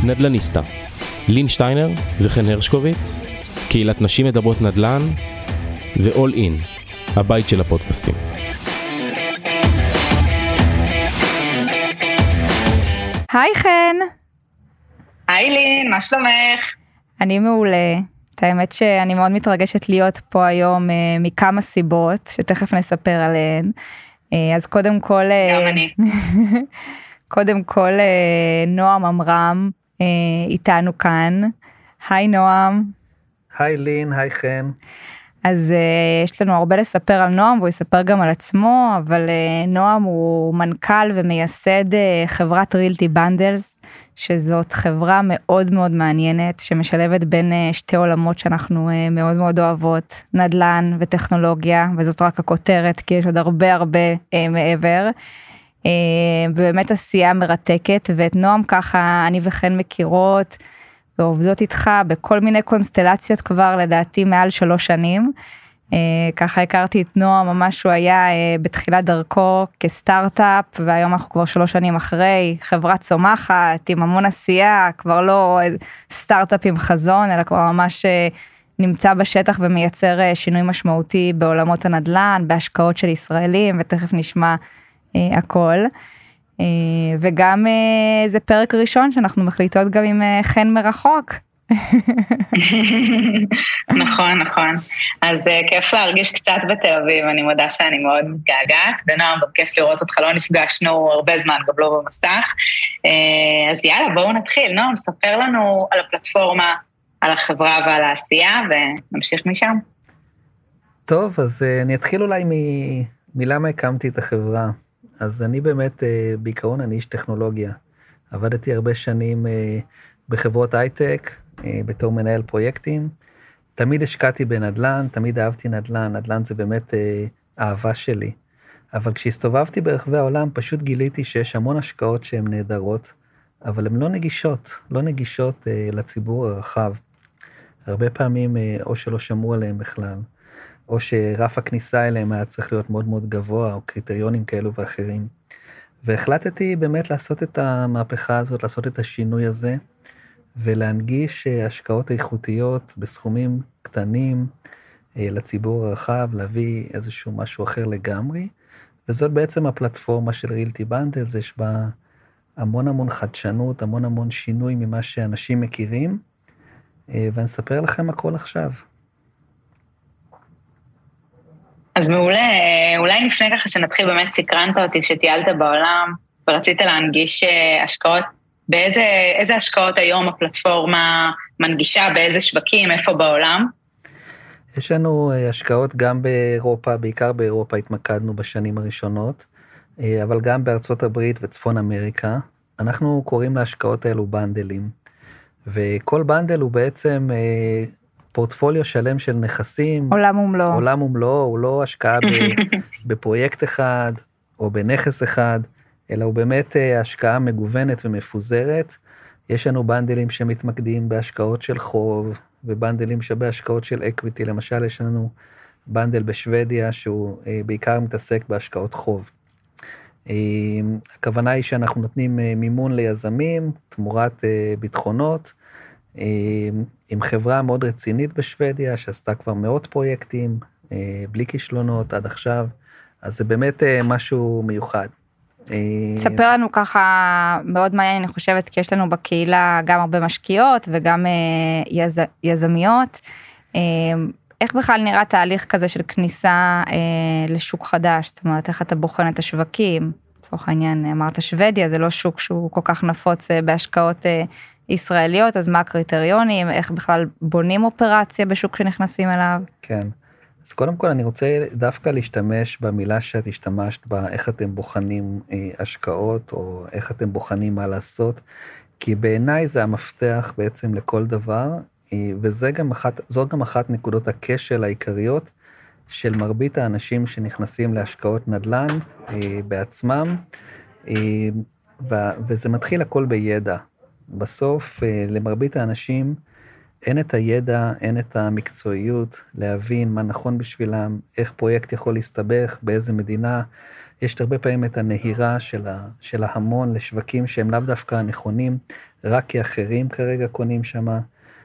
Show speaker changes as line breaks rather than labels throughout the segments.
נדלניסטה, לין שטיינר וחן הרשקוביץ, קהילת נשים מדברות נדל"ן ו-all in, הבית של הפודקאסטים.
היי חן.
היי לין, מה שלומך?
אני מעולה. את האמת שאני מאוד מתרגשת להיות פה היום מכמה סיבות, שתכף נספר עליהן. אז קודם כל...
גם אני.
קודם כל נועם אמרם איתנו כאן. היי נועם.
היי לין, היי חן.
אז יש לנו הרבה לספר על נועם, והוא יספר גם על עצמו, אבל נועם הוא מנכ"ל ומייסד חברת רילטי בנדלס, שזאת חברה מאוד מאוד מעניינת, שמשלבת בין שתי עולמות שאנחנו מאוד מאוד אוהבות, נדל"ן וטכנולוגיה, וזאת רק הכותרת, כי יש עוד הרבה מעבר, ובאמת עשייה מרתקת, ואת נועם ככה אני וחן מכירות, ועובדות איתך בכל מיני קונסטלציות כבר, לדעתי מעל 3 שנים. ככה הכרתי את נועם, ממש הוא היה בתחילת דרכו כסטארט-אפ, והיום אנחנו כבר 3 שנים אחרי, חברה צומחת, עם המון עשייה, כבר לא סטארט-אפ עם חזון, אלא כבר ממש נמצא בשטח ומייצר שינוי משמעותי בעולמות הנדל"ן, בהשקעות של ישראלים, ותכף נשמע הכל. וגם זה פרק ראשון שאנחנו מחליטות גם עם חן מרחוק.
נכון. אז כיף להרגיש קצת בתל אביב, אני מודה שאני מאוד מתגעגעת, ונועם, גם כיף לראות אותך, לא נפגשנו הרבה זמן, גם לא במסך. אז יאללה, בואו נתחיל. נועם, ספר לנו על הפלטפורמה, על החברה ועל העשייה, ונמשיך משם.
טוב, אז אני אתחיל אולי מלמה הקמתי את החברה. אז אני באמת, בעיקרון אני איש טכנולוגיה. עבדתי הרבה שנים בחברות הייטק, בתור מנהל פרויקטים. תמיד השקעתי בנדל"ן, תמיד אהבתי נדל"ן, נדל"ן זה באמת אהבה שלי. אבל כשהסתובבתי ברחבי העולם, פשוט גיליתי שיש המון השקעות שהן נהדרות, אבל הן לא נגישות לציבור הרחב. הרבה פעמים או שלא שמעו עליהן בכלל, או שרף הכניסה אליהם היה צריך להיות מאוד מאוד גבוה, או קריטריונים כאלו ואחרים. והחלטתי באמת לעשות את המהפכה הזאת, לעשות את השינוי הזה, ולהנגיש השקעות איכותיות בסכומים קטנים לציבור הרחב, להביא איזשהו משהו אחר לגמרי, וזאת בעצם הפלטפורמה של רילטי בנדלס, יש בה המון חדשנות, המון שינוי ממה שאנשים מכירים, ואני אספר לכם הכל עכשיו.
אז מעולה, אולי לפני ככה שנתחיל, באמת סקרנת אותי שטיילת בעולם, ורצית להנגיש השקעות, איזה השקעות היום הפלטפורמה מנגישה, באיזה שווקים, איפה בעולם?
יש לנו השקעות גם באירופה, בעיקר באירופה התמקדנו בשנים הראשונות, אבל גם בארצות הברית וצפון אמריקה. אנחנו קוראים להשקעות האלו בנדלים, וכל בנדל הוא בעצם פורטפוליו שלם של נכסים. עולם ומלואו, הוא לא השקעה בפרויקט אחד או בנכס אחד, אלא הוא באמת השקעה מגוונת ומפוזרת. יש לנו בנדלים שמתמקדים בהשקעות של חוב, ובנדלים שבהשקעות של אקוויטי. למשל, יש לנו בנדל בשוודיה, שהוא בעיקר מתעסק בהשקעות חוב. הכוונה היא שאנחנו נותנים מימון ליזמים, תמורת ביטחונות, עם חברה מאוד רצינית בשוודיה, שעשתה כבר מאות פרויקטים, בלי כישלונות עד עכשיו, אז זה באמת משהו מיוחד.
תספר לנו ככה, מאוד מעניין אני חושבת, כי יש לנו בקהילה גם הרבה משקיעות, וגם יזמיות, איך בכלל נראה תהליך כזה של כניסה לשוק חדש, זאת אומרת, איך אתה בוחן את השווקים, לצורך העניין, אמרת שוודיה, זה לא שוק שהוא כל כך נפוץ בהשקעות ישראליות, אז מה הקריטריונים, איך בכלל בונים אופרציה בשוק שנכנסים אליו?
כן, אז קודם כל אני רוצה דווקא להשתמש במילה שאת השתמשת בה, איך אתם בוחנים השקעות, או איך אתם בוחנים מה לעשות, כי בעיניי זה המפתח בעצם לכל דבר, וזו גם אחת נקודות הכשל העיקריות, של מרבית האנשים שנכנסים להשקעות נדל"ן בעצמם, וזה מתחיל הכל בידע. בסוף, למרבית האנשים, אין את הידע, אין את המקצועיות, להבין מה נכון בשבילם, איך פרויקט יכול להסתבך, באיזה מדינה יש הרבה פעמים את הנהירה של ההמון לשווקים שהם לאו דווקא נכונים, רק כי אחרים כרגע קונים שמה,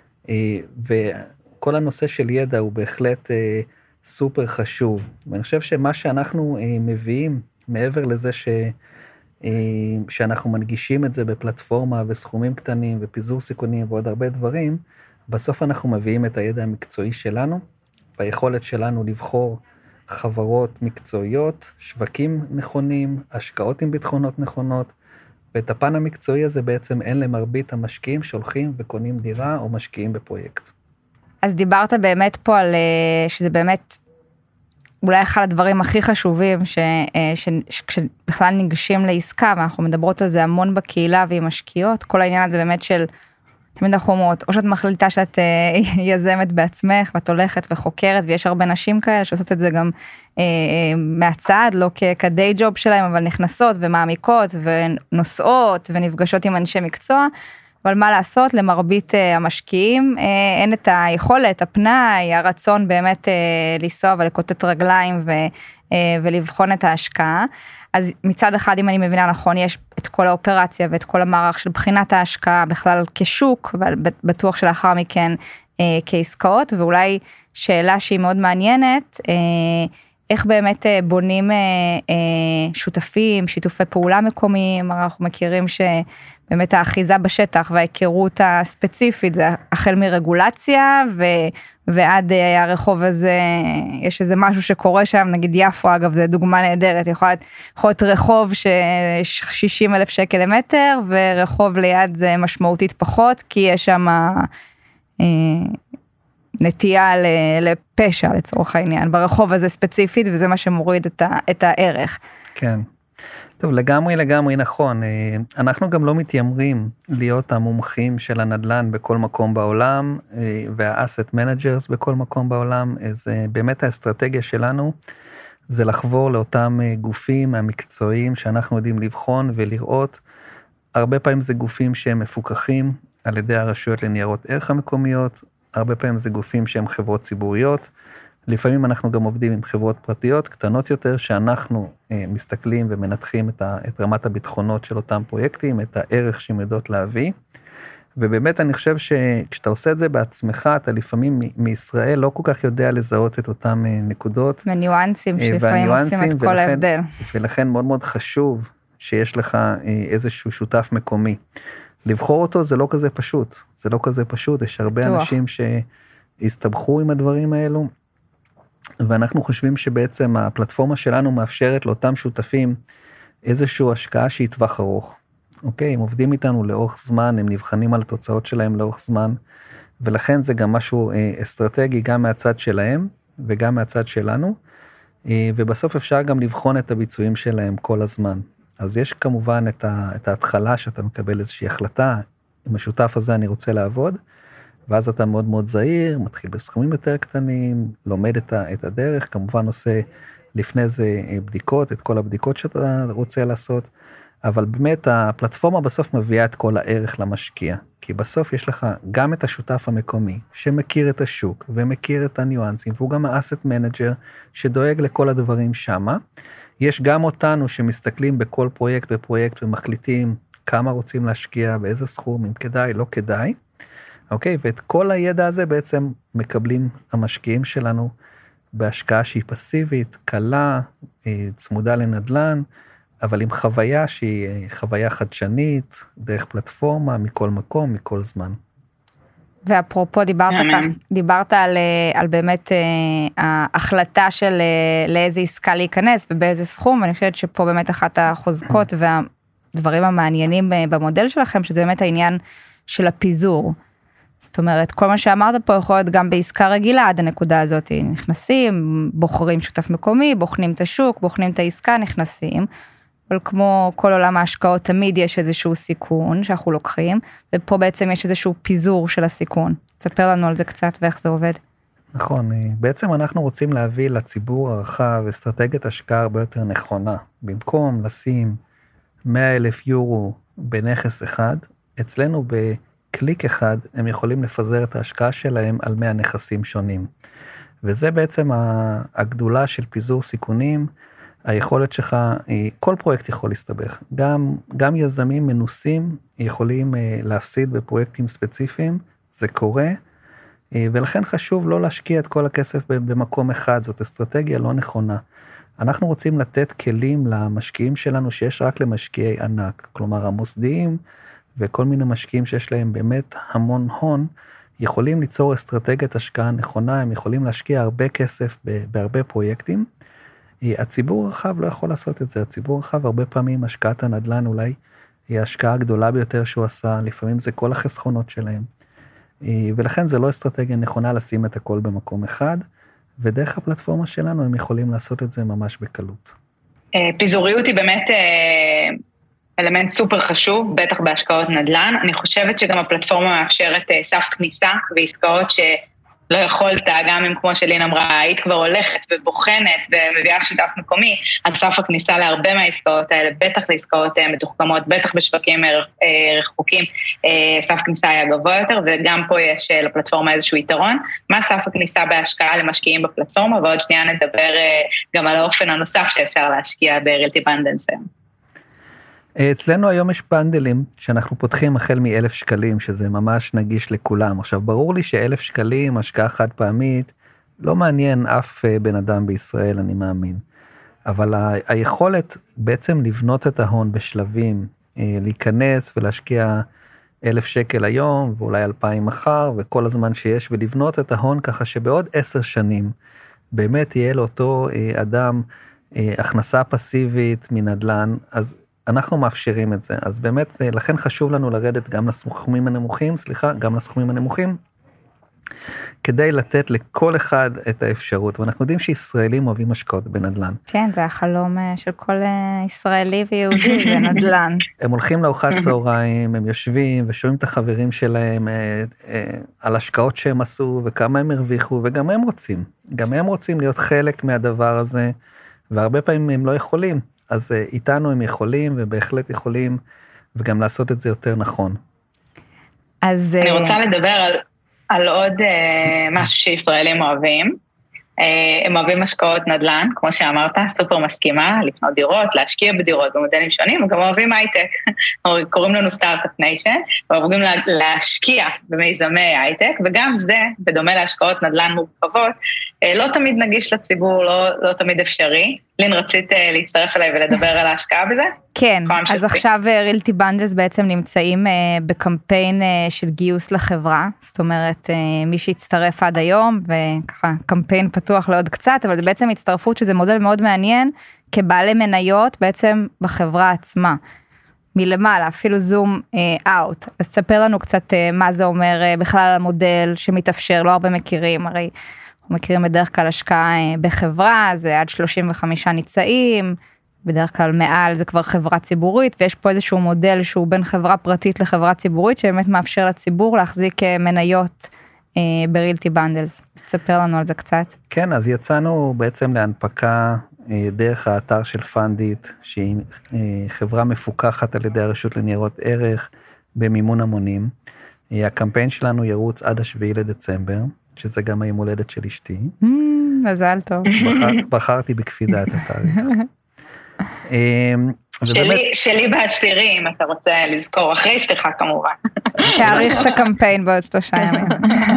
וכל הנושא של ידע הוא בהחלט סופר חשוב, ואני חושב שמה שאנחנו מביאים, מעבר לזה שאנחנו מנגישים את זה בפלטפורמה וסכומים קטנים ופיזור סיכונים ועוד הרבה דברים, בסוף אנחנו מביאים את הידע המקצועי שלנו, והיכולת שלנו לבחור חברות מקצועיות, שווקים נכונים, השקעות עם ביטחונות נכונות, ואת הפן המקצועי הזה בעצם אין למרבית המשקיעים שהולכים וקונים דירה או משקיעים בפרויקט.
אז דיברת באמת פה על, שזה באמת אולי אחד הדברים הכי חשובים, שכשבכלל ניגשים לעסקה, ואנחנו מדברות על זה המון בקהילה ועם משקיעות, כל העניין הזה באמת של, תמיד אנחנו אומרות, או שאת מחליטה שאת יזמת בעצמך, ואת הולכת וחוקרת, ויש הרבה נשים כאלה שעושות את זה גם מהצד, לא כדי ג'וב שלהם, אבל נכנסות ומעמיקות, ונוסעות, ונפגשות עם אנשי מקצוע, אבל מה לעשות, למרבית המשקיעים, אין את היכולת, הפנאי, הרצון באמת לנסוע ולקוטט רגליים ולבחון את ההשקעה. אז מצד אחד, אם אני מבינה נכון, יש את כל האופרציה ואת כל המערך של בחינת ההשקעה בכלל כשוק, ובטוח שלאחר מכן כעסקאות, ואולי שאלה שהיא מאוד מעניינת, איך באמת בונים שותפים, שיתופי פעולה מקומיים, אנחנו מכירים שבאמת האחיזה בשטח וההיכרות הספציפית, זה החל מרגולציה ועד הרחוב הזה, יש איזה משהו שקורה שם, נגיד יפו אגב, זה דוגמה נהדרת, יכול להיות רחוב ש60,000 שקל למטר, ורחוב ליד זה משמעותית פחות, כי יש שם נטייה לפשע לצורך העניין, ברחוב הזה ספציפית, וזה מה שמוריד את הערך.
כן. טוב, לגמרי נכון. אנחנו גם לא מתיימרים להיות המומחים של הנדל"ן בכל מקום בעולם, וה-asset managers בכל מקום בעולם, אז באמת האסטרטגיה שלנו, זה לחבור לאותם גופים המקצועיים שאנחנו יודעים לבחון ולראות. הרבה פעמים זה גופים שהם מפוקחים על ידי הרשויות לניירות ערך המקומיות, הרבה פעמים זה גופים שהם חברות ציבוריות, לפעמים אנחנו גם עובדים עם חברות פרטיות קטנות יותר, שאנחנו מסתכלים ומנתחים את רמת הביטחונות של אותם פרויקטים, את הערך שהם יודעות להביא, ובאמת אני חושב שכשאתה עושה את זה בעצמך, אתה לפעמים מישראל לא כל כך יודע לזהות את אותם נקודות.
וניואנסים שלפעמים עושים את כל ההבדל.
ולכן מאוד מאוד חשוב שיש לך איזשהו שותף מקומי. לבחור אותו זה לא כזה פשוט, יש הרבה אנשים שהסתבכו עם הדברים האלו, ואנחנו חושבים שבעצם הפלטפורמה שלנו מאפשרת לאותם שותפים איזושהי השקעה שהיא טווח ארוך. אוקיי, הם עובדים איתנו לאורך זמן, הם נבחנים על התוצאות שלהם לאורך זמן, ולכן זה גם משהו אסטרטגי גם מהצד שלהם וגם מהצד שלנו, ובסוף אפשר גם לבחון את הביצועים שלהם כל הזמן. אז יש כמובן את ההתחלה שאתה מקבל איזושהי החלטה, עם השותף הזה אני רוצה לעבוד, ואז אתה מאוד מאוד זהיר, מתחיל בסכומים יותר קטנים, לומד את הדרך, כמובן עושה לפני זה בדיקות, את כל הבדיקות שאתה רוצה לעשות, אבל באמת הפלטפורמה בסוף מביאה את כל הערך למשקיע, כי בסוף יש לך גם את השותף המקומי, שמכיר את השוק, ומכיר את הניואנסים, והוא גם האסט מנג'ר, שדואג לכל הדברים שמה, יש גם אותנו שמסתכלים בכל פרויקט בפרויקט, ומחליטים כמה רוצים להשקיע, באיזה סכום, אם כדאי, לא כדאי, אוקיי, ואת כל הידע הזה בעצם מקבלים המשקיעים שלנו, בהשקעה שהיא פסיבית, קלה, צמודה לנדל"ן, אבל עם חוויה שהיא חוויה חדשנית, דרך פלטפורמה, מכל מקום, מכל זמן.
ואפרופו, דיברת על באמת ההחלטה של לאיזה עסקה להיכנס ובאיזה סכום, ואני חושבת שפה באמת אחת החוזקות והדברים המעניינים במודל שלכם, שזה באמת העניין של הפיזור. זאת אומרת, כל מה שאמרת פה יכול להיות גם בעסקה רגילה עד הנקודה הזאת, נכנסים, בוחרים שותף מקומי, בוחנים את השוק, בוחנים את העסקה, נכנסים, אבל כמו כל עולם ההשקעות, תמיד יש איזשהו סיכון שאנחנו לוקחים, ופה בעצם יש איזשהו פיזור של הסיכון. תספר לנו על זה קצת ואיך זה עובד.
נכון, בעצם אנחנו רוצים להביא לציבור הרחב אסטרטגיית השקעה הרבה יותר נכונה. במקום לשים 100,000 יורו בנכס אחד, אצלנו בקליק אחד הם יכולים לפזר את ההשקעה שלהם על 100 נכסים שונים. וזה בעצם הגדולה של פיזור סיכונים, היכולת שלך, כל פרויקט יכול להסתבך. גם יזמים מנוסים יכולים להפסיד בפרויקטים ספציפיים, זה קורה, ולכן חשוב לא להשקיע את כל הכסף במקום אחד, זאת אסטרטגיה לא נכונה. אנחנו רוצים לתת כלים למשקיעים שלנו שיש רק למשקיעי ענק, כלומר המוסדיים וכל מיני משקיעים שיש להם באמת המון הון, יכולים ליצור אסטרטגיית השקעה נכונה, הם יכולים להשקיע הרבה כסף בהרבה פרויקטים. הציבור הרחב לא יכול לעשות את זה, הציבור הרחב הרבה פעמים השקעת הנדל"ן אולי היא ההשקעה הגדולה ביותר שהוא עשה, לפעמים זה כל החסכונות שלהם. ולכן זה לא אסטרטגיה נכונה לשים את הכל במקום אחד, ודרך הפלטפורמה שלנו הם יכולים לעשות את זה ממש בקלות.
פיזוריות היא באמת אלמנט סופר חשוב, בטח בהשקעות נדל"ן. אני חושבת שגם הפלטפורמה מאפשרת סף כניסה ועסקאות שלא יכולת, גם אם כמו שלין אמרה, היית כבר הולכת ובוחנת ומביאה שותף מקומי, אז סף הכניסה להרבה מהעסקאות האלה, בטח לעסקאות מתוחכמות, בטח בשווקים רחוקים, סף כניסה היה גבוה יותר, וגם פה יש לפלטפורמה איזשהו יתרון. מה סף הכניסה בהשקעה למשקיעים בפלטפורמה, ועוד שנייה נדבר גם על האופן הנוסף שאפשר להשקיע ב-Realty Bundles.
אצלנו היום יש בנדלים שאנחנו פותחים החל מ1,000 שקלים, שזה ממש נגיש לכולם. עכשיו, ברור לי ש1,000 שקלים, השקעה חד פעמית, לא מעניין אף בן אדם בישראל, אני מאמין. אבל היכולת בעצם לבנות את ההון בשלבים, להיכנס ולהשקיע 1,000 שקל היום, ואולי 2,000 מחר, וכל הזמן שיש, ולבנות את ההון ככה שבעוד 10 שנים, באמת יהיה לאותו אדם הכנסה פסיבית מנדל"ן, אז אנחנו מאפשרים את זה, אז באמת, לכן חשוב לנו לרדת גם לסכומים הנמוכים, כדי לתת לכל אחד את האפשרות, ואנחנו יודעים שישראלים אוהבים השקעות בנדל"ן.
כן, זה החלום של כל ישראלי ויהודי, זה נדל"ן.
הם הולכים לארוחת צהריים, הם יושבים ושומעים את החברים שלהם על השקעות שהם עשו, וכמה הם הרוויחו, וגם הם רוצים להיות חלק מהדבר הזה, והרבה פעמים הם לא יכולים. אז איתנו הם יכולים, ובהחלט יכולים, וגם לעשות את זה יותר נכון.
אז
אני רוצה לדבר על עוד משהו שישראלים אוהבים. הם אוהבים השקעות נדל"ן, כמו שאמרת, סופר מסכימה, לקנות דירות, להשקיע בדירות במודלים שונים, וגם אוהבים הייטק. קוראים לנו סטארט-אפ ניישן, ואוהבים להשקיע במיזמי הייטק, וגם זה, בדומה להשקעות נדל"ן מורכבות, לא תמיד נגיש לציבור, לא תמיד אפשרי. לין, רצית להצטרף אליי ולדבר על ההשקעה בזה?
כן, אז עכשיו Realty Bundles בעצם נמצאים בקמפיין של גיוס לחברה, זאת אומרת, מי שהצטרף עד היום, וככה קמפיין פתוח לעוד קצת, אבל זה בעצם הצטרפות שזה מודל מאוד מעניין, כבעלי מניות בעצם בחברה עצמה, מלמעלה, אפילו זום אאוט, אז תספר לנו קצת מה זה אומר בכלל המודל שמתאפשר, לא הרבה מכירים, הרי אנחנו מכירים בדרך כלל השקעה בחברה, זה עד 35 ניצאים, בדרך כלל מעל זה כבר חברה ציבורית, ויש פה איזשהו מודל שהוא בין חברה פרטית לחברה ציבורית, שבאמת מאפשר לציבור להחזיק מניות ב-Realty Bundles. תספר לנו על זה קצת.
כן, אז יצאנו בעצם להנפקה דרך האתר של פנדיט, שהיא חברה מפוקחת על ידי הרשות לניירות ערך במימון המונים. הקמפיין שלנו ירוץ עד 7 לדצמבר, שזה גם היום הולדת של אשתי.
מזל טוב.
בחרתי בקפידה את התאריך.
שלי בעשירי, אם אתה רוצה לזכור, אחרי אשתך כמובן.
תאריך את הקמפיין בעוד 3 ימים.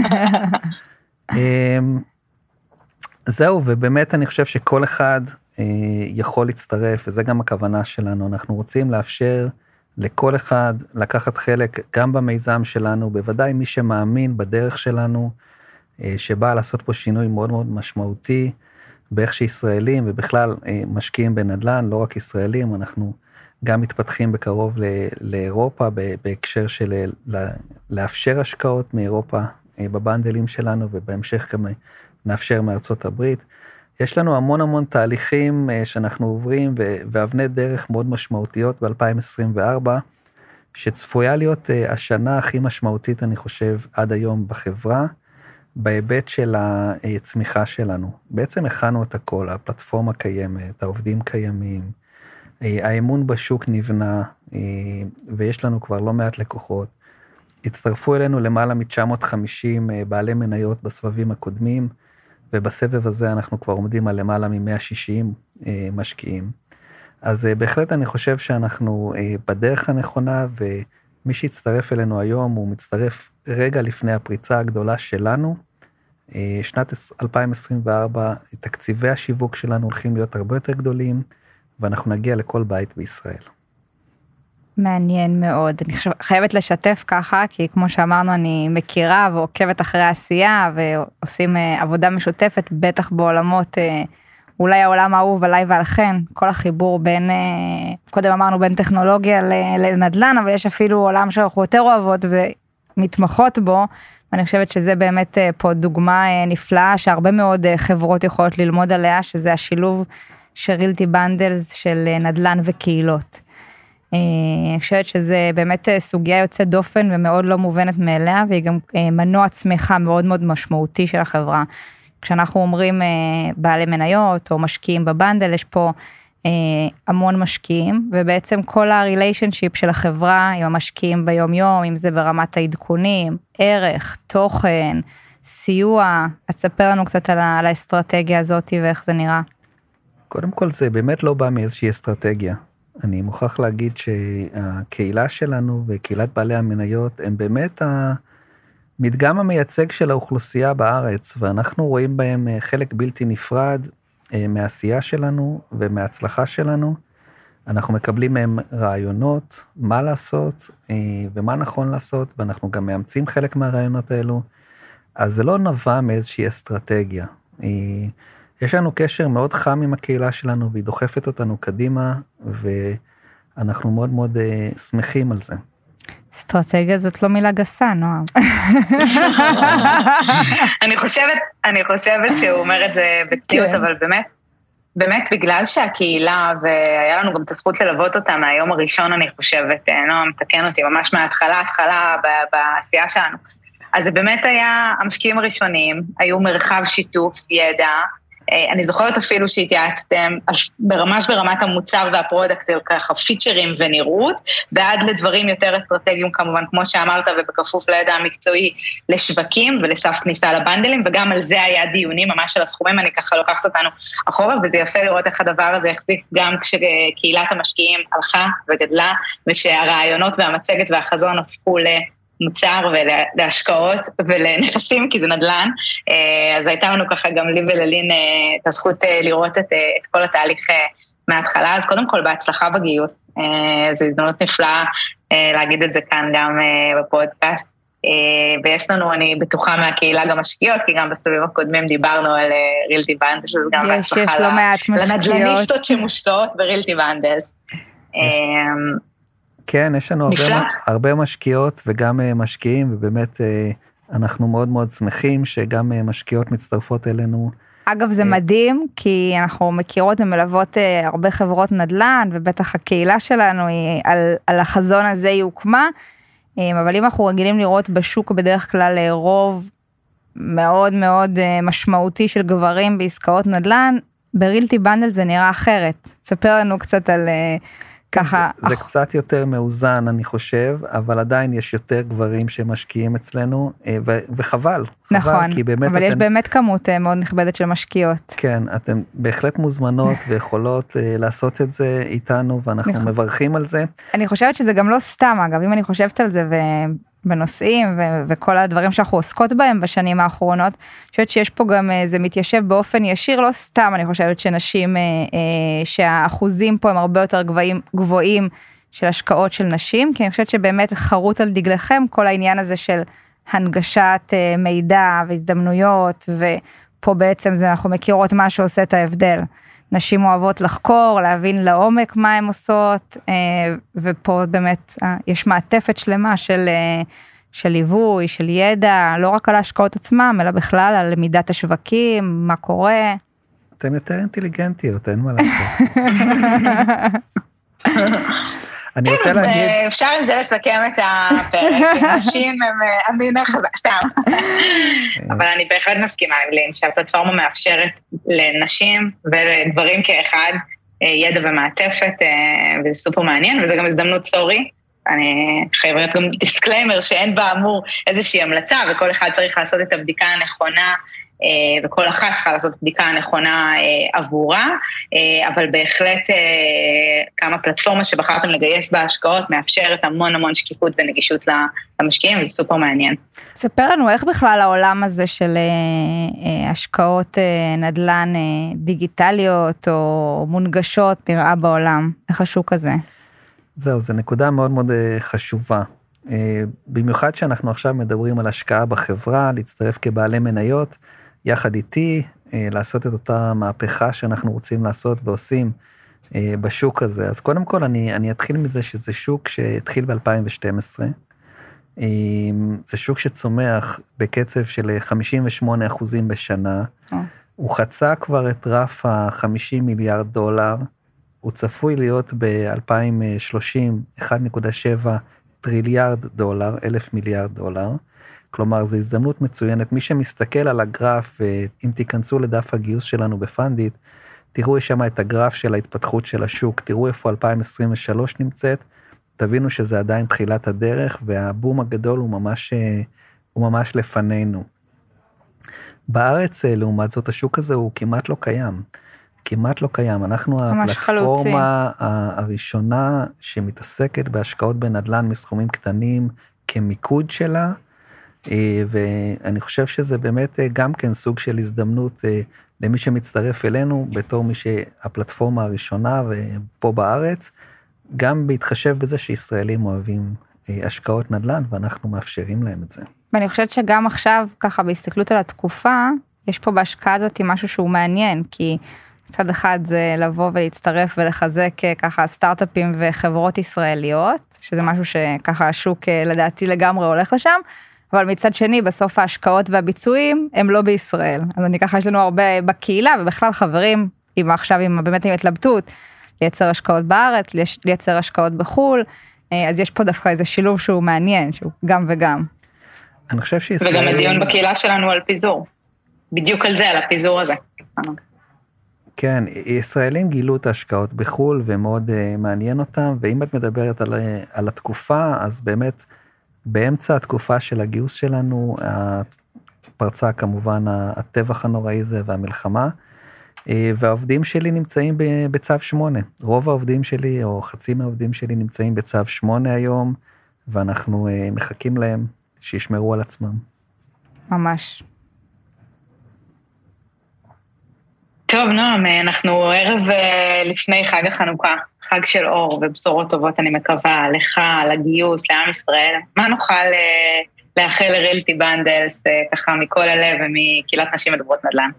זהו, ובאמת אני חושב שכל אחד יכול להצטרף, וזה גם הכוונה שלנו. אנחנו רוצים לאפשר לכל אחד לקחת חלק גם במיזם שלנו, בוודאי מי שמאמין בדרך שלנו, שבא לעשות פה שינוי מאוד מאוד משמעותי, באיך שישראלים ובכלל משקיעים בנדל"ן, לא רק ישראלים, אנחנו גם מתפתחים בקרוב לאירופה, בהקשר של לאפשר השקעות מאירופה בבנדלים שלנו, ובהמשך גם נאפשר מארצות הברית. יש לנו המון תהליכים שאנחנו עוברים, ואבני דרך מאוד משמעותיות ב-2024, שצפויה להיות השנה הכי משמעותית, אני חושב, עד היום בחברה, בהיבט של הצמיחה שלנו. בעצם הכנו את הכל, הפלטפורמה קיימת, העובדים קיימים, האמון בשוק נבנה, ויש לנו כבר לא מעט לקוחות. הצטרפו אלינו למעלה מ-950 בעלי מניות בסבבים הקודמים, ובסבב הזה אנחנו כבר עומדים על למעלה מ-160 משקיעים. אז בהחלט אני חושב שאנחנו בדרך הנכונה, ומי שיצטרף אלינו היום, הוא מצטרף רגע לפני הפריצה הגדולה שלנו. שנת 2024, תקציבי השיווק שלנו הולכים להיות הרבה יותר גדולים, ואנחנו נגיע לכל בית בישראל.
מעניין מאוד. אני חייבת לשתף ככה, כי כמו שאמרנו, אני מכירה ועוקבת אחרי העשייה, ועושים עבודה משותפת, בטח בעולמות, אולי העולם האהוב עליי ועלכן, כל החיבור בין, קודם אמרנו בין טכנולוגיה לנדל"ן, אבל יש אפילו עולם שאנחנו יותר אוהבות ומתמחות בו, ואני חושבת שזה באמת פה דוגמה נפלאה, שהרבה מאוד חברות יכולות ללמוד עליה, שזה השילוב של רילטי בנדלס של נדל"ן וקהילות. אני חושבת שזה באמת סוגיה יוצאת דופן ומאוד לא מובנת מאליה, והיא גם מנוע צמיחה מאוד מאוד משמעותי של החברה. כשאנחנו אומרים בעלי מניות או משקיעים בבנדל, יש פה המון משקיעים, ובעצם כל הריליישנשיפ של החברה עם המשקיעים ביום יום, אם זה ברמת העדכונים, ערך, תוכן, סיוע, אז ספר לנו קצת על האסטרטגיה הזאת ואיך זה נראה.
קודם כל זה באמת לא בא מאיזושהי אסטרטגיה. אני מוכרח להגיד שהקהילה שלנו וקהילת בעלי המניות הם באמת המדגם המייצג של האוכלוסייה בארץ, ואנחנו רואים בהם חלק בלתי נפרד מהעשייה שלנו ומההצלחה שלנו. אנחנו מקבלים מהם רעיונות, מה לעשות ומה נכון לעשות, ואנחנו גם מאמצים חלק מהרעיונות האלו. אז זה לא נבע מאיזושהי אסטרטגיה. יש לנו קשר מאוד חם עם הקהילה שלנו, והיא דוחפת אותנו קדימה, ואנחנו מאוד מאוד שמחים על זה.
אסטרטגיה זאת לא מילה גסה, נועם.
אני חושבת שהוא אומר את זה בצניעות, אבל באמת בגלל שהקהילה, והיה לנו גם את הזכות ללוות אותה מהיום הראשון, אני חושבת, נועם, תקן אותי, ממש מההתחלה בעשייה שלנו. אז זה באמת היה, המשקיעים הראשונים, היו מרחב שיתוף, ידע, אני זוכרת אפילו שהתייעצתם ממש ברמת המוצר והפרודקט, ככה פיצ'רים ונראות, ועד לדברים יותר אסטרטגיים כמובן, כמו שאמרת, ובכפוף לידע המקצועי לשווקים ולסף כניסה לבנדלים, וגם על זה היה דיונים ממש של הסכומים, אני ככה לוקחת אותנו אחורה, וזה יפה לראות איך הדבר הזה יחזיק גם כשקהילת המשקיעים הלכה וגדלה, ושהרעיונות והמצגת והחזון הפכו מוצר ולהשקעות ולנכסים, כי זה נדל"ן, אז הייתה לנו ככה גם לי וללין את הזכות לראות את כל התהליך מההתחלה, אז קודם כל בהצלחה בגיוס, זו הזדמנות נפלאה להגיד את זה כאן גם בפודקאסט, ויש לנו, אני בטוחה מהקהילה גם משקיעות, כי גם בסביבים הקודמים דיברנו על רילטי בנדלס, אז גם בהצלחה לנדלניסטות שמושקעות ברילטי בנדלס.
כן, יש לנו הרבה משקיעות וגם משקיעים, ובאמת אנחנו מאוד מאוד שמחים שגם משקיעות מצטרפות אלינו.
אגב, זה מדהים, כי אנחנו מכירות ומלוות הרבה חברות נדל"ן, ובטח הקהילה שלנו היא על החזון הזה היא הוקמה, אבל אם אנחנו רגילים לראות בשוק בדרך כלל רוב מאוד מאוד משמעותי של גברים בעסקאות נדל"ן, ברילטי בנדל זה נראה אחרת. תספר לנו קצת על ככה.
זה קצת יותר מאוזן, אני חושב, אבל עדיין יש יותר גברים שמשקיעים אצלנו, וחבל.
נכון, אבל יש באמת כמות מאוד נכבדת של משקיעות.
כן, אתן בהחלט מוזמנות ויכולות לעשות את זה איתנו, ואנחנו מברכים על זה.
אני חושבת שזה גם לא סתם, אגב, אם אני חושבת על זה בנושאים וכל הדברים שאנחנו עוסקות בהם בשנים האחרונות, אני חושבת שיש פה גם, זה מתיישב באופן ישיר, לא סתם, אני חושבת שנשים, שהאחוזים פה הם הרבה יותר גבוהים של השקעות של נשים, כי אני חושבת שבאמת חרוט על דגלכם כל העניין הזה של הנגשת מידע והזדמנויות, ופה בעצם זה אנחנו מכירות מה שעושה את ההבדל. נשים אוהבות לחקור, להבין לעומק מה הן עושות, ופה באמת יש מעטפת שלמה של ליווי, של ידע, לא רק על ההשקעות עצמם, אלא בכלל על למידת השווקים, מה קורה.
אתן יותר אינטליגנטיות, אין מה לעשות. אני רוצה להגיד...
אפשר עם זה לסכם את הפרק, נשים הם אמין חזק, סתם. אבל אני בהחלט מסכימה עם לין, שהפלטפורמה מאפשרת לנשים ולגברים כאחד ידע ומעטפת, וזה סופר מעניין, וזה גם הזדמנות סורי. אני חייבת גם דיסקליימר שאין בה אמור איזושהי המלצה, וכל אחד צריך לעשות את הבדיקה הנכונה וכל אחת צריכה לעשות בדיקה נכונה עבורה, אבל בהחלט כמה פלטפורמה שבחרתם לגייס בהשקעות, מאפשרת המון שקיפות ונגישות למשקיעים, וזה סופר מעניין.
ספר לנו איך בכלל העולם הזה של השקעות נדל"ן דיגיטליות או מונגשות נראה בעולם, איך השוק הזה?
זהו, זו נקודה מאוד מאוד חשובה. במיוחד שאנחנו עכשיו מדברים על השקעה בחברה, להצטרף כבעלי מניות, יחד איתי, לעשות את אותה מהפכה שאנחנו רוצים לעשות ועושים בשוק הזה. אז קודם כל אני אתחיל מזה שזה שוק שהתחיל ב-2012, זה שוק שצומח בקצב של 58% בשנה, הוא חצה כבר את רף ה-50 מיליארד דולר, הוא צפוי להיות ב-2030 1.7 טריליארד דולר, 1,000 מיליארד דולר, כלומר זו הזדמנות מצוינת, מי שמסתכל על הגרף, אם תיכנסו לדף הגיוס שלנו בפנדיט, תראו שם את הגרף של ההתפתחות של השוק, תראו איפה 2023 נמצאת, תבינו שזה עדיין תחילת הדרך, והבום הגדול הוא ממש לפנינו. בארץ, לעומת זאת, השוק הזה הוא כמעט לא קיים. כמעט לא קיים. אנחנו הפלטפורמה הראשונה שמתעסקת בהשקעות בנדל"ן מסכומים קטנים כמיקוד שלה, ואני חושב שזה באמת גם כן סוג של הזדמנות למי שמצטרף אלינו, בתור מי שהפלטפורמה הראשונה ופה בארץ, גם בהתחשב בזה שישראלים אוהבים השקעות נדל"ן, ואנחנו מאפשרים להם את זה.
ואני חושבת שגם עכשיו, ככה בהסתכלות על התקופה, יש פה בהשקעה הזאת משהו שהוא מעניין, כי מצד אחד זה לבוא ולהצטרף ולחזק ככה סטארט-אפים וחברות ישראליות, שזה משהו שככה השוק לדעתי לגמרי הולך לשם, אבל מצד שני בסוף ההשקעות והביצועים הם לא בישראל. אז אני ככה יש לנו הרבה בקהילה ובכלל חברים, עכשיו באמת עם התלבטות, לייצר השקעות בארץ, לייצר השקעות בחול, אז יש פה דווקא איזה שילוב שהוא מעניין, שהוא גם וגם.
אני חושב שישראל...
וגם הדיון בקהילה שלנו על פיזור. בדיוק על זה, על הפיזור הזה.
כן, ישראלים גילו את ההשקעות בחול, ומאוד מעניין אותם, ואם את מדברת על התקופה, אז באמת, באמצע התקופה של הגיוס שלנו, פרצה כמובן הטבח הנוראי זה והמלחמה, והעובדים שלי נמצאים בצו 8. רוב העובדים שלי, או חצי מהעובדים שלי, נמצאים בצו 8 היום, ואנחנו מחכים להם שישמרו על עצמם.
ממש.
טוב, נועם, אנחנו ערב לפני חג החנוכה, חג של אור ובשורות טובות, אני מקווה, לך, לגיוס, לעם ישראל. מה נוכל לאחל לרילטי בנדלס, ככה מכל הלב ומקהילת נשים מדברות נדל"ן?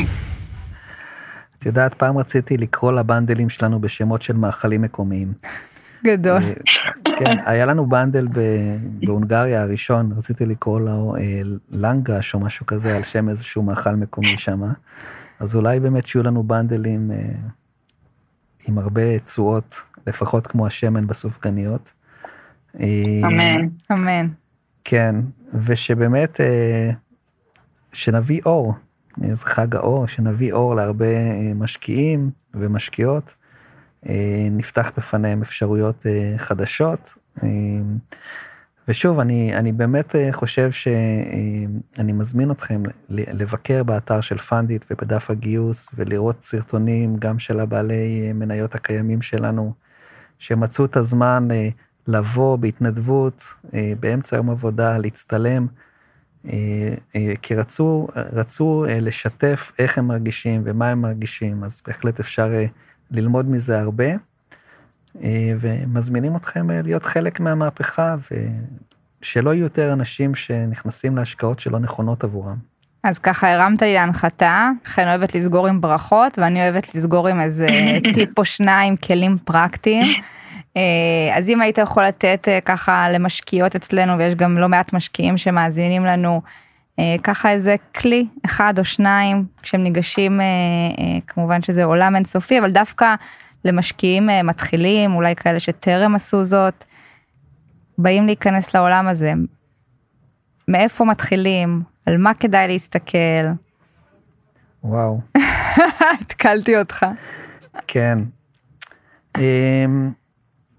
את יודעת, פעם רציתי לקרוא לבנדלים שלנו בשמות של מאכלים מקומיים.
גדול.
כן, היה לנו בנדל בהונגריה הראשון, רציתי לקרוא לו לנגש או משהו כזה, על שם איזשהו מאכל מקומי שם. אז אולי באמת שיהיו לנו בנדלים עם הרבה צועות, לפחות כמו השמן בסופגניות.
אמן.
אמן.
כן, ושבאמת, שנביא אור, זה חג האור, שנביא אור להרבה משקיעים ומשקיעות, נפתח בפניהם אפשרויות חדשות, ושוב, אני באמת חושב שאני מזמין אתכם לבקר באתר של פנדיט ובדף הגיוס, ולראות סרטונים גם של הבעלי מניות הקיימים שלנו, שמצאו את הזמן לבוא בהתנדבות, באמצע יום עבודה, להצטלם, כי רצו לשתף איך הם מרגישים ומה הם מרגישים, אז בהחלט אפשר ללמוד מזה הרבה, ומזמינים אתכם להיות חלק מהמהפכה, ושלא יהיו יותר אנשים שנכנסים להשקעות שלא נכונות עבורם.
אז ככה הרמת לי להנחתה, לכן אוהבת לסגור עם ברכות, ואני אוהבת לסגור עם איזה טיפ או שניים כלים פרקטיים. אז אם היית יכול לתת ככה למשקיעות אצלנו, ויש גם לא מעט משקיעים שמאזינים לנו, ככה איזה כלי, אחד או שניים, כשהם ניגשים, כמובן שזה עולם אינסופי, אבל דווקא למשקיעים מתחילים, אולי כאלה שטרם עשו זאת, באים להיכנס לעולם הזה, מאיפה מתחילים, על מה כדאי להסתכל.
וואו.
התקלתי אותך.
כן.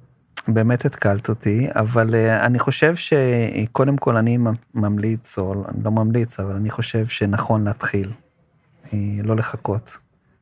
באמת התקלת אותי, אבל אני חושב שקודם כל אני ממליץ, או לא ממליץ, אבל אני חושב שנכון להתחיל, לא לחכות.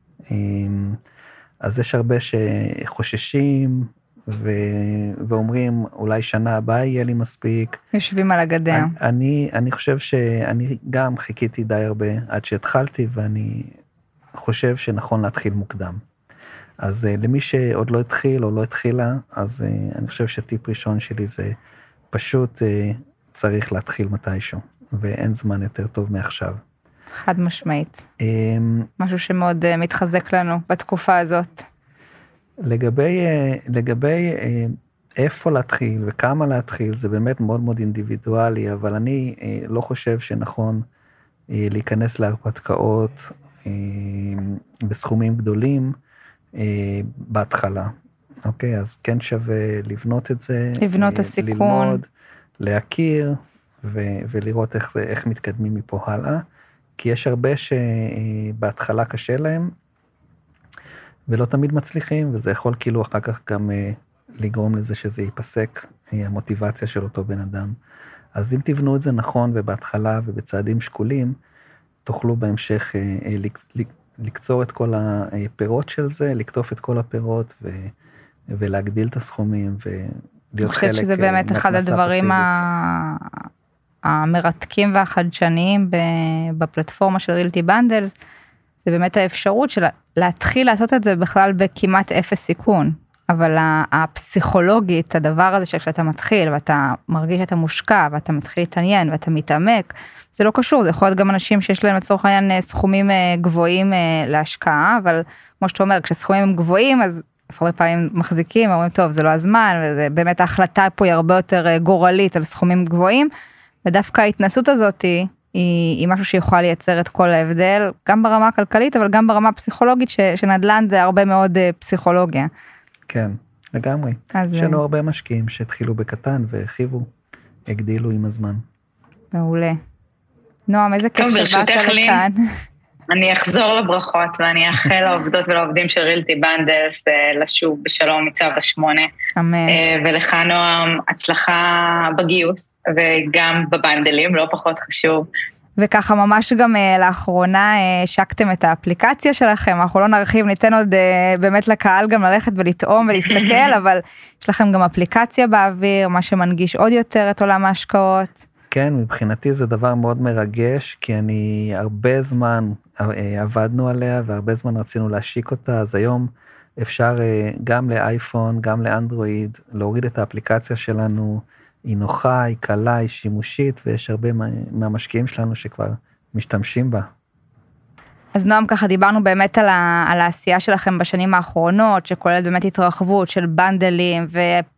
אז יש הרבה שחוששים, ואומרים, אולי שנה הבאה יהיה לי מספיק.
יושבים על הגדר.
אני חושב שאני גם חיכיתי די הרבה עד שהתחלתי, ואני חושב שנכון להתחיל מוקדם. אז למי שעוד לא התחיל או לא התחילה, אז אני חושב שטיפ ראשון שלי זה פשוט צריך להתחיל מתישהו, ואין זמן יותר טוב מעכשיו.
חד משמעית. משהו שמאוד מתחזק לנו בתקופה הזאת.
לגבי איפה להתחיל וכמה להתחיל, זה באמת מאוד מאוד אינדיבידואלי, אבל אני לא חושב שנכון להיכנס להרפתקאות בסכומים גדולים בהתחלה. אוקיי, אז כן שווה לבנות את זה.
לבנות את הסיכון.
ללמוד, להכיר ולראות איך מתקדמים מפה הלאה, כי יש הרבה שבהתחלה קשה להם, ולא תמיד מצליחים, וזה יכול כאילו אחר כך גם לגרום לזה שזה ייפסק, המוטיבציה של אותו בן אדם. אז אם תבנו את זה נכון ובהתחלה ובצעדים שקולים, תוכלו בהמשך לקצור את כל הפירות של זה, לקטוף את כל הפירות ולהגדיל את הסכומים ולהיות חלק.
אני חושבת שזה באמת אחד הדברים המרתקים והחדשניים בפלטפורמה של רילטי בנדלס, זה באמת האפשרות של להתחיל לעשות את זה בכלל בכמעט אפס סיכון, אבל הפסיכולוגית, הדבר הזה שכשאתה מתחיל ואתה מרגיש שאתה מושקע ואתה מתחיל להתעניין ואתה מתעמק, זה לא קשור, זה יכול להיות גם אנשים שיש להם לצורך העניין סכומים גבוהים להשקעה, אבל כמו שאתה אומר, כשסכומים הם גבוהים, אז הרבה פעמים מחזיקים, אומרים טוב, זה לא הזמן, ובאמת ההחלטה פה היא הרבה יותר גורלית על סכומים גבוהים, ודווקא ההתנסות הזאת היא משהו שיכולה לייצר את כל ההבדל, גם ברמה הכלכלית, אבל גם ברמה הפסיכולוגית, שנדל"ן זה הרבה מאוד פסיכולוגיה.
כן, לגמרי. יש לנו הרבה משקיעים שהתחילו בקטן והרחיבו, הגדילו עם הזמן.
מעולה. נועם, איזה כיף שבאת לכאן.
אני אחזור לברכות, ואני אאחל לעובדות ולעובדים של רילטי בנדלס לשוב בשלום מצו השמונה.
אמן.
ולך נועם, הצלחה בגיוס, וגם בבנדלים, לא פחות חשוב.
וככה ממש גם לאחרונה השקתם את האפליקציה שלכם, אנחנו לא נרחיב, ניתן עוד באמת לקהל גם ללכת ולטעום ולהסתכל, אבל יש לכם גם אפליקציה באוויר, מה שמנגיש עוד יותר את עולם ההשקעות.
כן, מבחינתי זה דבר מאוד מרגש, כי אני הרבה זמן עבדנו עליה, והרבה זמן רצינו להשיק אותה, אז היום אפשר גם לאייפון, גם לאנדרואיד, להוריד את האפליקציה שלנו, היא נוחה, היא קלה, היא שימושית, ויש הרבה מהמשקיעים שלנו שכבר משתמשים בה.
אז נועם, ככה דיברנו באמת על העשייה שלכם בשנים האחרונות, שכוללת באמת התרחבות של בנדלים,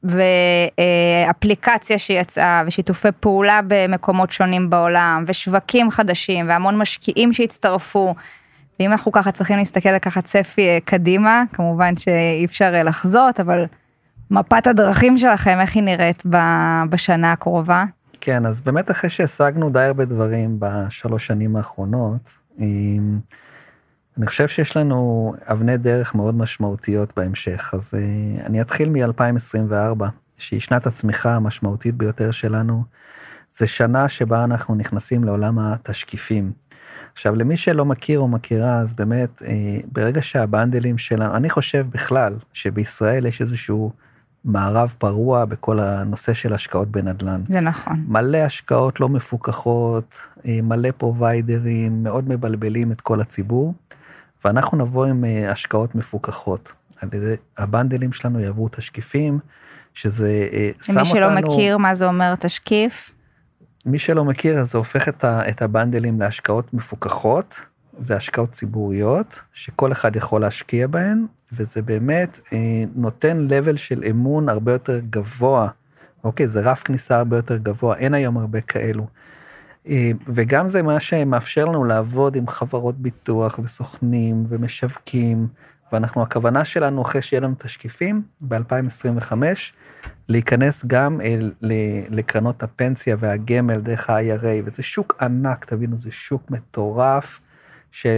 ואפליקציה שיצאה, ושיתופי פעולה במקומות שונים בעולם, ושווקים חדשים, והמון משקיעים שהצטרפו, ואם אנחנו ככה צריכים להסתכל לקחת צפי קדימה, כמובן שאי אפשר לחזות, אבל מפת הדרכים שלכם, איך היא נראית בשנה הקרובה?
כן, אז באמת אחרי שהשגנו די הרבה דברים בשלוש שנים האחרונות, אני חושב שיש לנו אבני דרך מאוד משמעותיות בהמשך, אז אני אתחיל מ-2024, שהיא שנת הצמיחה המשמעותית ביותר שלנו, זה שנה שבה אנחנו נכנסים לעולם התשקיפים. עכשיו, למי שלא מכיר או מכירה, אז באמת, ברגע שהבנדלים שלנו, אני חושב בכלל שבישראל יש איזשהו מערב פרוע בכל הנושא של השקעות בנדל"ן.
זה נכון.
מלא השקעות לא מפוקחות, מלא פרוביידרים, מאוד מבלבלים את כל הציבור, ואנחנו נבוא עם השקעות מפוקחות. על ידי הבנדלים שלנו יעברו תשקיפים, שזה שם אותנו...
מי שלא מכיר מה זה אומר תשקיף?
מי שלא מכיר, אז זה הופך את הבנדלים להשקעות מפוקחות, זה השקעות ציבוריות, שכל אחד יכול להשקיע בהן, וזה באמת נותן לבל של אמון הרבה יותר גבוה, אוקיי, זה רף כניסה הרבה יותר גבוה, אין היום הרבה כאלו. וגם זה מה שמאפשר לנו לעבוד עם חברות ביטוח וסוכנים ומשווקים, ואנחנו, הכוונה שלנו אחרי שיהיה לנו תשקיפים, ב-2025, להיכנס גם לקרנות הפנסיה והגמל דרך ה-IRA, וזה שוק ענק, תבינו, זה שוק מטורף,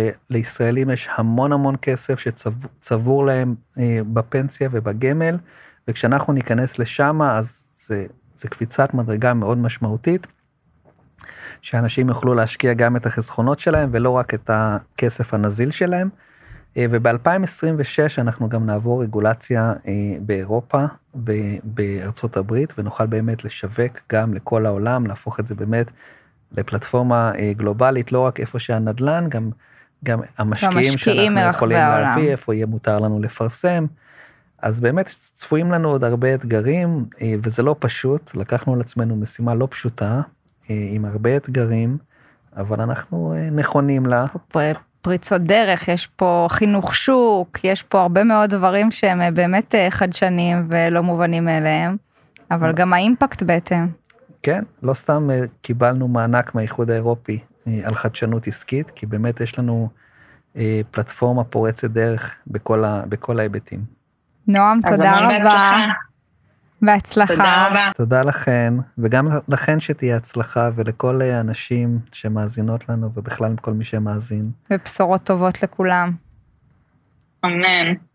שלישראלים יש המון המון כסף שצבור להם בפנסיה ובגמל, וכשאנחנו ניכנס לשם, אז זה קפיצת מדרגה מאוד משמעותית, שאנשים יוכלו להשקיע גם את החסכונות שלהם, ולא רק את הכסף הנזיל שלהם. וב-2026 אנחנו גם נעבור רגולציה באירופה, בארצות הברית, ונוכל באמת לשווק גם לכל העולם, להפוך את זה באמת לפלטפורמה גלובלית, לא רק איפה שהנדלן, גם המשקיעים שאנחנו יכולים להביא, איפה יהיה מותר לנו לפרסם. אז באמת צפויים לנו עוד הרבה אתגרים, וזה לא פשוט, לקחנו על עצמנו משימה לא פשוטה, עם הרבה אתגרים, אבל אנחנו נכונים לה.
פריצות דרך, יש פה חינוך שוק, יש פה הרבה מאוד דברים שהם באמת חדשניים ולא מובנים אליהם, אבל גם האימפקט בהתאם.
כן, לא סתם קיבלנו מענק מהאיחוד האירופי על חדשנות עסקית, כי באמת יש לנו פלטפורמה פורצת דרך בכל ההיבטים.
נועם, תודה רבה. בהצלחה.
תודה רבה.
תודה לכן, וגם לכן שתהיה הצלחה, ולכל האנשים שמאזינות לנו, ובכלל כל מי שמאזין.
ובשורות טובות לכולם.
אמן.